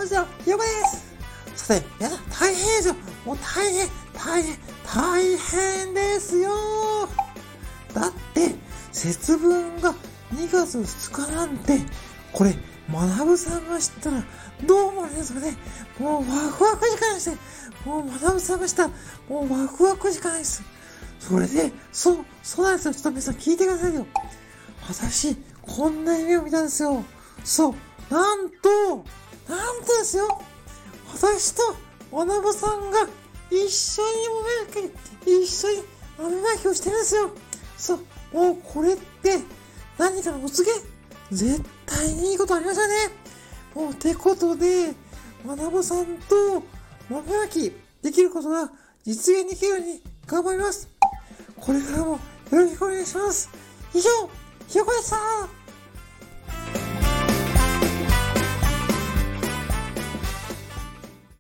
もちろん、ひよこです。さて、皆さん、大変ですよ。もう大変ですよ。だって、節分が2月2日なんて、これ、学さんが知ったら、どう思われるんですかね。もうワクワクしかないですね。もう学さんが知ったら、もうワクワクしかないです。それで、そうなんですよ。ちょっと皆さん聞いてくださいよ。私、こんな夢を見たんですよ。そう、なんとですよ。私と学さんが一緒に豆まきをしてるんですよ。そう、もうこれって何かのお告げ？絶対にいいことありましたね。もうてことで、学さんと豆まきできることが実現できるように頑張ります。これからもよろしくお願いします。以上、ひよこでした。